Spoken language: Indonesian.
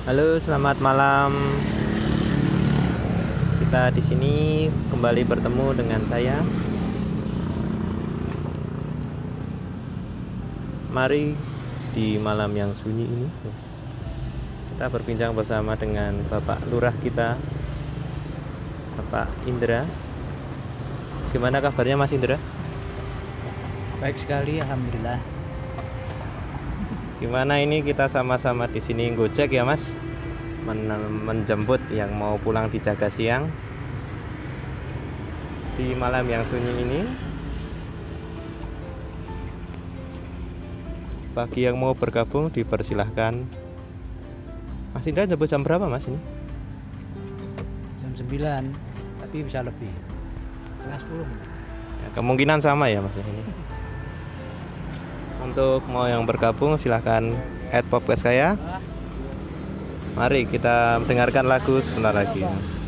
Halo, selamat malam. Kita di sini kembali bertemu dengan saya. Mari di malam yang sunyi ini kita berbincang bersama dengan Bapak Lurah kita, Bapak Indra. Gimana kabarnya Mas Indra? Baik sekali, alhamdulillah. Gimana ini kita sama-sama di sini Gojek ya Mas? Menjemput yang mau pulang di Jaga Siang di malam yang sunyi ini. Bagi yang mau bergabung dipersilahkan. Mas Indra jemput jam berapa Mas ini? Jam 9, tapi bisa lebih. Setengah 10. Ya, kemungkinan sama ya Mas ini. Untuk mau yang bergabung silahkan add podcast saya. Mari kita mendengarkan lagu sebentar lagi.